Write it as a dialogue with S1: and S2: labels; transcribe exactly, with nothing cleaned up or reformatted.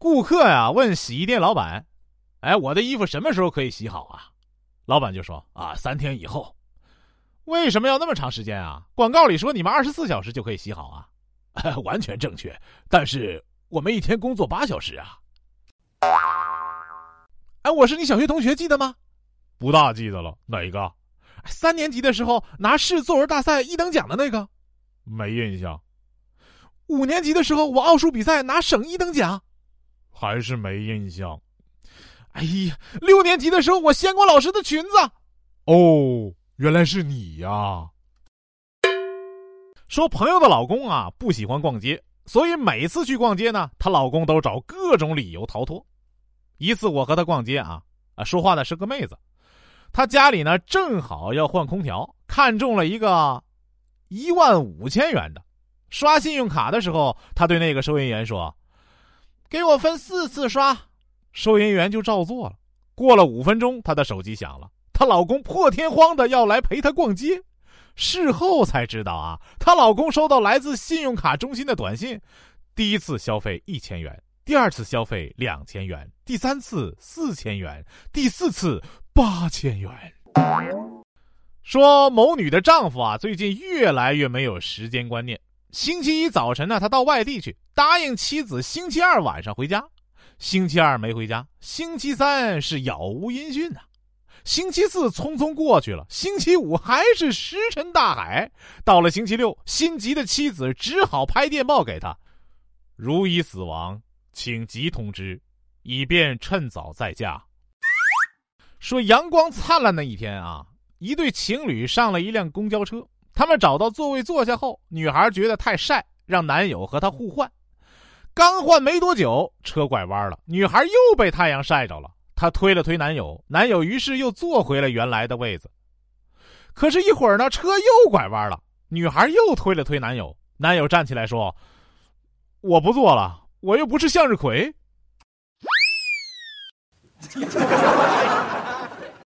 S1: 顾客呀问洗衣店老板：“哎，我的衣服什么时候可以洗好啊？”老板就说：“啊，三天以后。”为什么要那么长时间啊？广告里说你们二十四小时就可以洗好啊。完全正确，但是我们一天工作八小时啊。哎，我是你小学同学，记得吗？不大记得了。哪个？三年级的时候拿市作文大赛一等奖的那个。没印象。五年级的时候我奥数比赛拿省一等奖。还是没印象。哎呀，六年级的时候我掀过老师的裙子。哦，原来是你呀。说朋友的老公啊不喜欢逛街，所以每次去逛街呢，她老公都找各种理由逃脱。一次我和她逛街啊，啊说话的是个妹子，她家里呢正好要换空调，看中了一个一万五千元的。刷信用卡的时候，她对那个收银员说：“给我分四次刷。”收银员就照做了。过了五分钟，她的手机响了，她老公破天荒的要来陪她逛街。事后才知道啊，她老公收到来自信用卡中心的短信，第一次消费一千元，第二次消费两千元，第三次四千元，第四次八千元。说某女的丈夫啊，最近越来越没有时间观念。星期一早晨呢，他到外地去，答应妻子星期二晚上回家。星期二没回家，星期三是杳无音讯啊。星期四匆匆过去了，星期五还是石沉大海。到了星期六，心急的妻子只好拍电报给他：“如已死亡，请急通知，以便趁早再嫁。”说阳光灿烂的一天啊，一对情侣上了一辆公交车，他们找到座位坐下后，女孩觉得太晒，让男友和她互换。刚换没多久，车拐弯了，女孩又被太阳晒着了。她推了推男友，男友于是又坐回了原来的位子。可是一会儿呢，车又拐弯了，女孩又推了推男友，男友站起来说：“我不坐了，我又不是向日葵。”